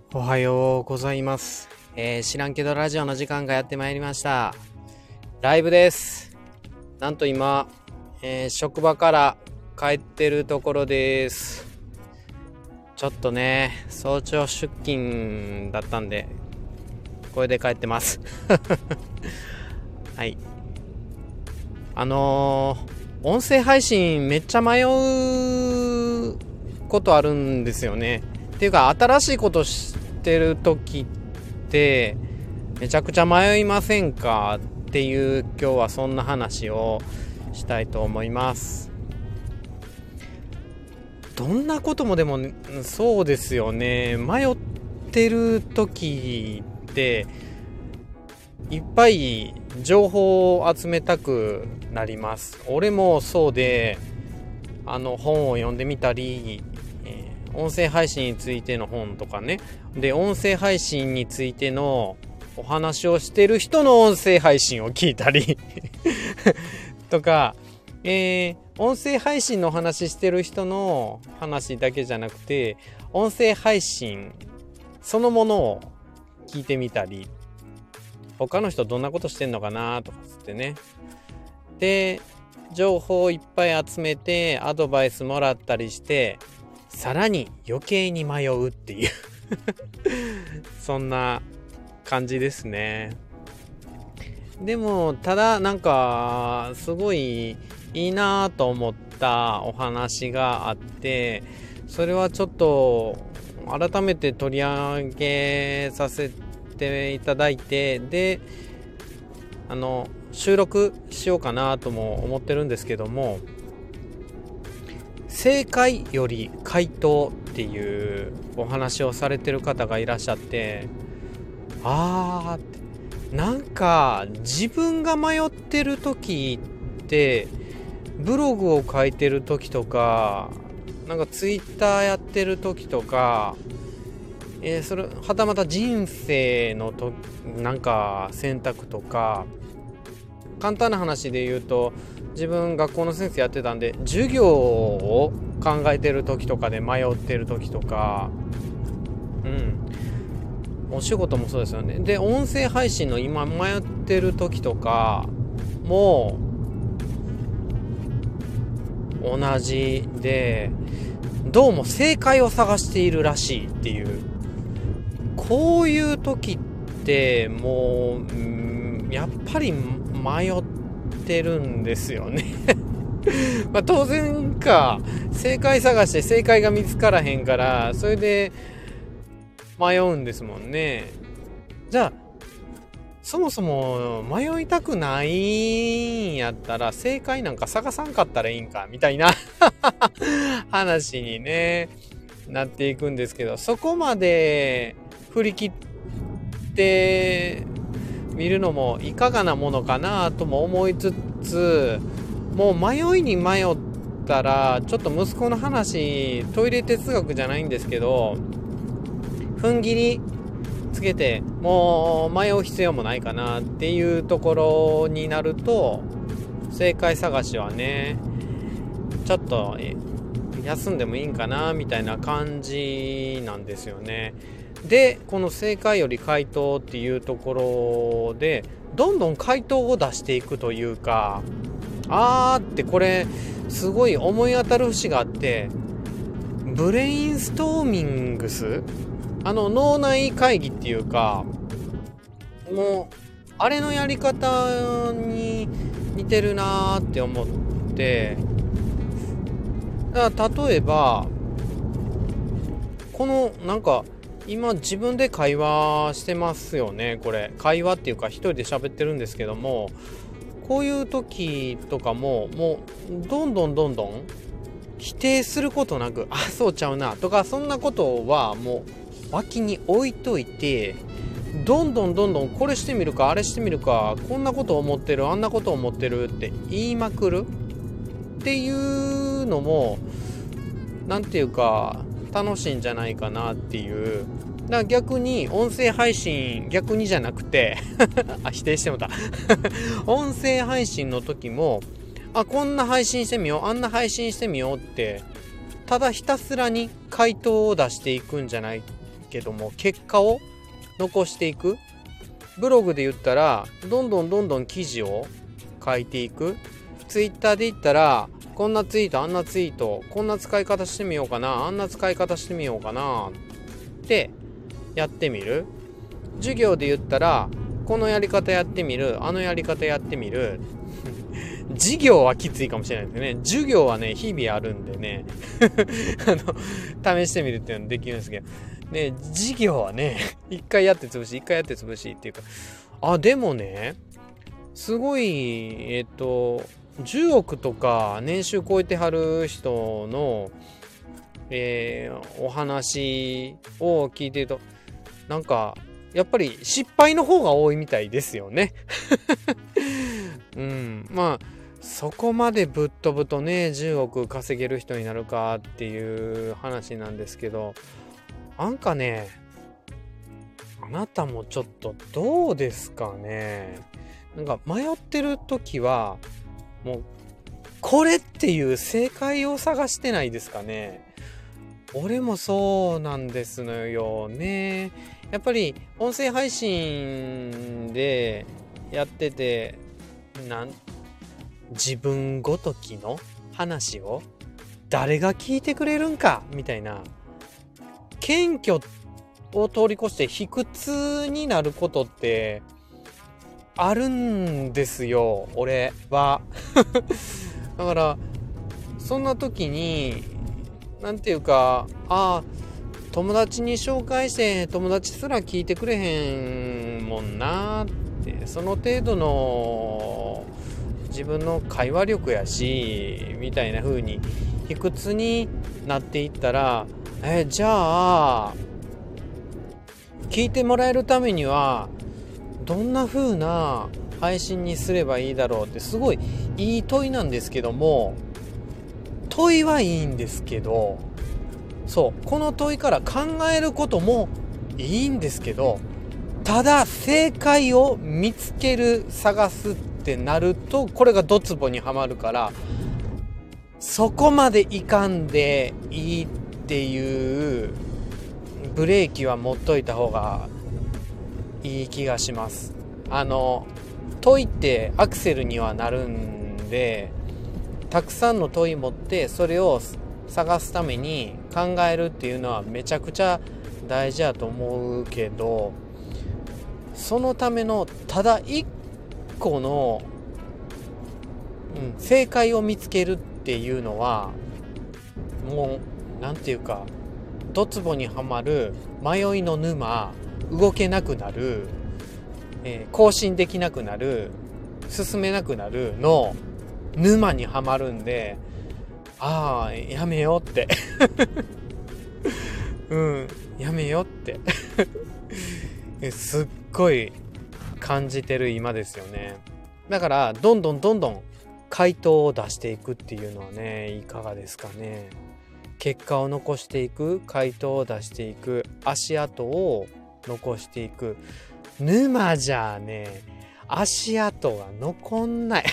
おはようございます。知らんけどラジオの時間がやってまいりました。ライブです。なんと今、職場から帰ってるところです。ちょっとね、早朝出勤だったんで、これで帰ってます。はい。音声配信めっちゃ迷うことあるんですよね。っていうか、新しいことしてる時ってめちゃくちゃ迷いませんかっていう、今日はそんな話をしたいと思います。どんなこともでもそうですよね。迷ってる時っていっぱい情報を集めたくなります。俺もそうで、本を読んでみたり、音声配信についての本とかね。で、音声配信についてのお話をしてる人の音声配信を聞いたりとか、音声配信の話してる人の話だけじゃなくて、音声配信そのものを聞いてみたり、他の人どんなことしてんのかなとかつってね。で、情報をいっぱい集めてアドバイスもらったりして、さらに余計に迷うっていうそんな感じですね。でもただなんかすごいいいなと思ったお話があって、それはちょっと改めて取り上げさせていただいて、で収録しようかなとも思ってるんですけども、正解より回答っていうお話をされてる方がいらっしゃって、なんか自分が迷ってる時ってブログを書いてる時とか、なんかツイッターやってる時とか、それはたまた人生のなんか選択とか、簡単な話で言うと、自分学校の先生やってたんで、授業を考えてる時とかで迷ってる時とか、お仕事もそうですよね。で、音声配信の今迷ってる時とかも同じで、どうも正解を探しているらしいっていう。こういう時ってもうやっぱり迷ってるんですよねまあ当然か、正解探して正解が見つからへんから、それで迷うんですもんね。じゃあそもそも迷いたくないんやったら正解なんか探さんかったらいいんかみたいな話にねなっていくんですけど、そこまで振り切って見るのもいかがなものかなとも思いつつ、もう迷いに迷ったらちょっと息子の話、トイレ哲学じゃないんですけど、踏ん切りつけてもう迷う必要もないかなっていうところになると、正解探しはねちょっと休んでもいいんかなみたいな感じなんですよね。で、この正解より回答っていうところでどんどん回答を出していくというか、ってこれすごい思い当たる節があって、ブレインストーミングス、脳内会議っていうか、もうあれのやり方に似てるなーって思って、だから例えばこのなんか今自分で会話してますよね。これ会話っていうか一人で喋ってるんですけども、こういう時とかももうどんどん否定することなく、そうちゃうなとか、そんなことはもう脇に置いといて、どんどんこれしてみるかあれしてみるか、こんなこと思ってるあんなこと思ってるって言いまくるっていうのもなんていうか楽しいんじゃないかなっていう。だから逆に音声配信、逆にじゃなくて否定してもた音声配信の時も、こんな配信してみようあんな配信してみようって、ただひたすらに回答を出していくんじゃないけども、結果を残していく。ブログで言ったらどんどん記事を書いていく。ツイッターで言ったらこんなツイートあんなツイート、こんな使い方してみようかな、あんな使い方してみようかなってやってみる。授業で言ったらこのやり方やってみる、あのやり方やってみる。授業はきついかもしれないですね。授業はね、日々あるんでね試してみるっていうのできるんですけどね。授業はね、一回やって潰しっていうか、でもね、すごい10億とか年収超えてはる人の、お話を聞いてると、なんかやっぱり失敗の方が多いみたいですよね。まあそこまでぶっ飛ぶとね、10億稼げる人になるかっていう話なんですけど、なんかね、あなたもちょっとどうですかね。なんか迷ってる時はもうこれっていう正解を探してないですかね。俺もそうなんですのよね。やっぱり音声配信でやってて、自分ごときの話を誰が聞いてくれるんかみたいな、謙虚を通り越して卑屈になることってあるんですよ、俺は。だからそんな時になんていうか、友達に紹介して友達すら聞いてくれへんもんなって、その程度の自分の会話力やしみたいな風に卑屈になっていったら、じゃあ聞いてもらえるためにはどんな風な配信にすればいいだろうって、すごいいい問いなんですけども、問いはいいんですけど、そうこの問いから考えることもいいんですけど、ただ正解を見つける、探すってなると、これがドツボにはまるから、そこまでいかんでいいっていうブレーキは持っといた方がいい気がします。問いってアクセルにはなるんで、たくさんの問い持ってそれを探すために考えるっていうのはめちゃくちゃ大事だと思うけど、そのためのただ一個の、正解を見つけるっていうのは、もうなんていうか、ドツボにはまる、迷いの沼、動けなくなる、更新できなくなる、進めなくなるの沼にはまるんで、やめようってやめようってすっごい感じてる今ですよね。だからどんどん回答を出していくっていうのはね、いかがですかね。結果を残していく、回答を出していく、足跡を残していく。沼じゃね、足跡が残んない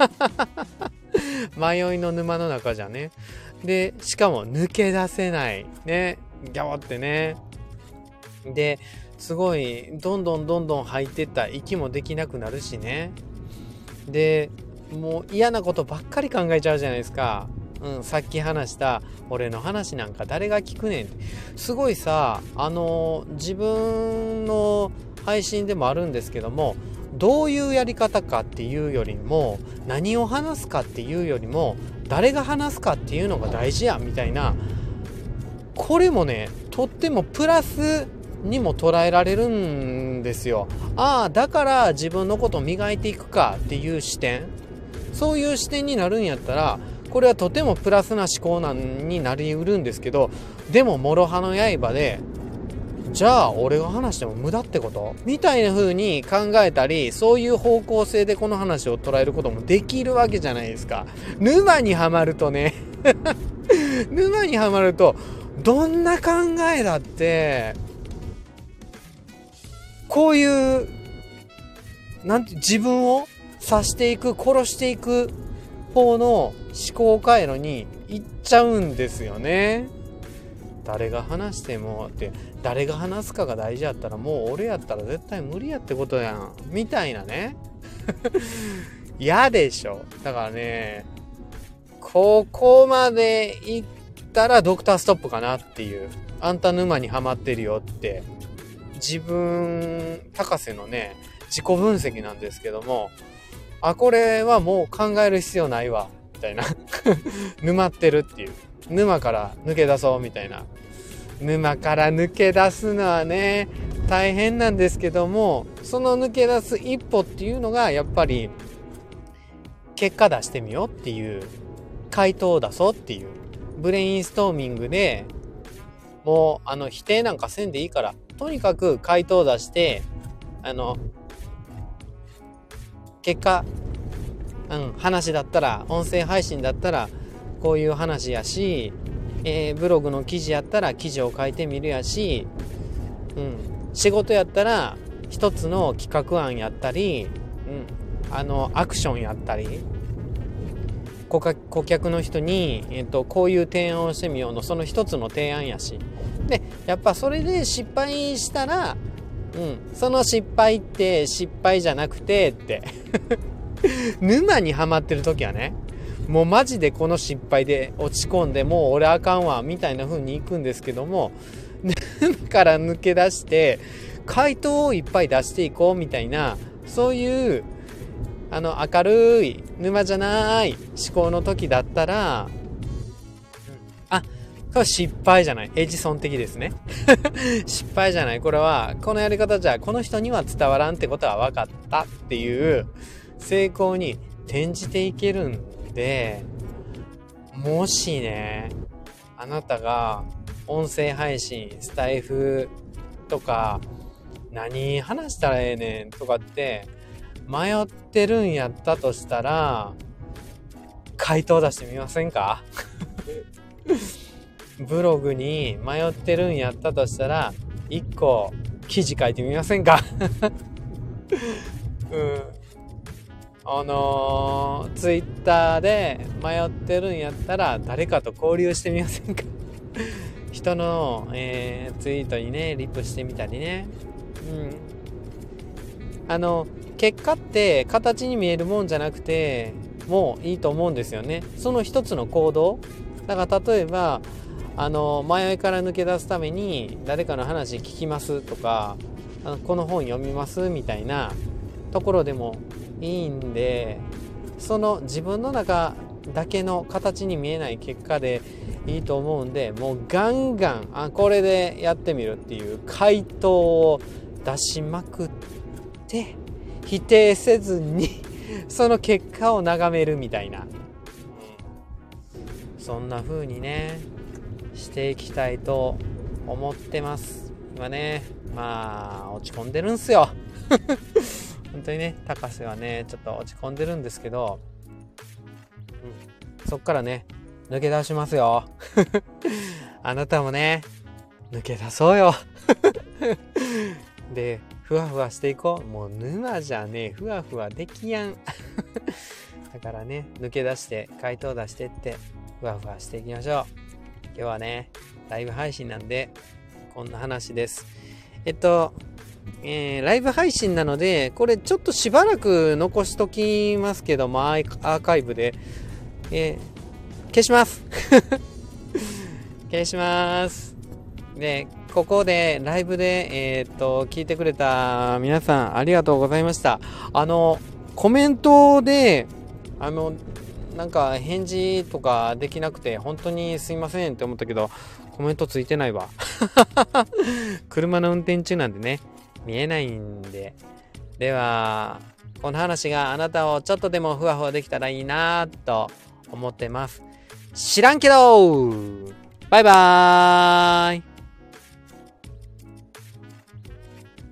迷いの沼の中じゃね。でしかも抜け出せないね、ギャワってね。ですごいどんどん入ってった息もできなくなるしね。でもう嫌なことばっかり考えちゃうじゃないですか。さっき話した俺の話なんか誰が聞くねんって。すごいさ、自分の配信でもあるんですけども、どういうやり方かっていうよりも、何を話すかっていうよりも、誰が話すかっていうのが大事やみたいな、これもね、とってもプラスにも捉えられるんですよ。だから自分のことを磨いていくかっていう視点、そういう視点になるんやったら、これはとてもプラスな思考になりうるんですけど、でも諸刃の刃で、じゃあ俺が話しても無駄ってことみたいな風に考えたり、そういう方向性でこの話を捉えることもできるわけじゃないですか。沼にはまるとね沼にはまるとどんな考えだってこういう自分を刺していく、殺していく方の思考回路に行っちゃうんですよね。 誰が話してもって誰が話すかが大事やったらもう俺やったら絶対無理やってことやんみたいなね嫌でしょ。だからねここまで行ったらドクターストップかなっていう、あんた沼にはまってるよって自分高瀬のね自己分析なんですけども、これはもう考える必要ないわみたいな沼ってるっていう、沼から抜け出そうみたいな。沼から抜け出すのはね大変なんですけども、その抜け出す一歩っていうのがやっぱり結果出してみようっていう、回答を出そうっていうブレインストーミングで、もう否定なんかせんでいいから、とにかく回答を出して結果、話だったら音声配信だったらこういう話やし、ブログの記事やったら記事を書いてみるやし、仕事やったら一つの企画案やったり、アクションやったり、顧客の人に、こういう提案をしてみようのその一つの提案やし、でやっぱそれで失敗したら、その失敗って失敗じゃなくてって沼にはまってる時はね、もうマジでこの失敗で落ち込んでもう俺あかんわみたいな風に行くんですけども、沼から抜け出して回答をいっぱい出していこうみたいな、そういう明るい沼じゃない思考の時だったら、これ失敗じゃない、エジソン的ですね失敗じゃない、これはこのやり方じゃこの人には伝わらんってことは分かったっていう成功に転じていけるんで、もしねあなたが音声配信スタイフとか何話したらええねんとかって迷ってるんやったとしたら、回答出してみませんかブログに迷ってるんやったとしたら1個記事書いてみませんかツイッターで迷ってるんやったら誰かと交流してみませんか人の、ツイートにねリプしてみたりね。結果って形に見えるもんじゃなくてもういいと思うんですよね。その一つの行動だから、例えば迷いから抜け出すために誰かの話聞きますとか、この本読みますみたいなところでもいいんで、その自分の中だけの形に見えない結果でいいと思うんで、もうガンガンこれでやってみるっていう回答を出しまくって否定せずにその結果を眺めるみたいな、そんな風にねしていきたいと思ってます。今ね落ち込んでるんすよ本当にね高瀬はねちょっと落ち込んでるんですけど、そっからね抜け出しますよあなたもね抜け出そうよでふわふわしていこう。もう沼じゃねふわふわできやんだからね抜け出して回答出してってふわふわしていきましょう。今日はねライブ配信なんでこんな話です。ライブ配信なのでこれちょっとしばらく残しときますけども、アーカイブで、消します消します。でここでライブで聞いてくれた皆さんありがとうございました。コメントでなんか返事とかできなくて本当にすいませんって思ったけど、コメントついてないわ車の運転中なんでね見えないんで。ではこの話があなたをちょっとでもふわふわできたらいいなと思ってます。知らんけどバイバーイ。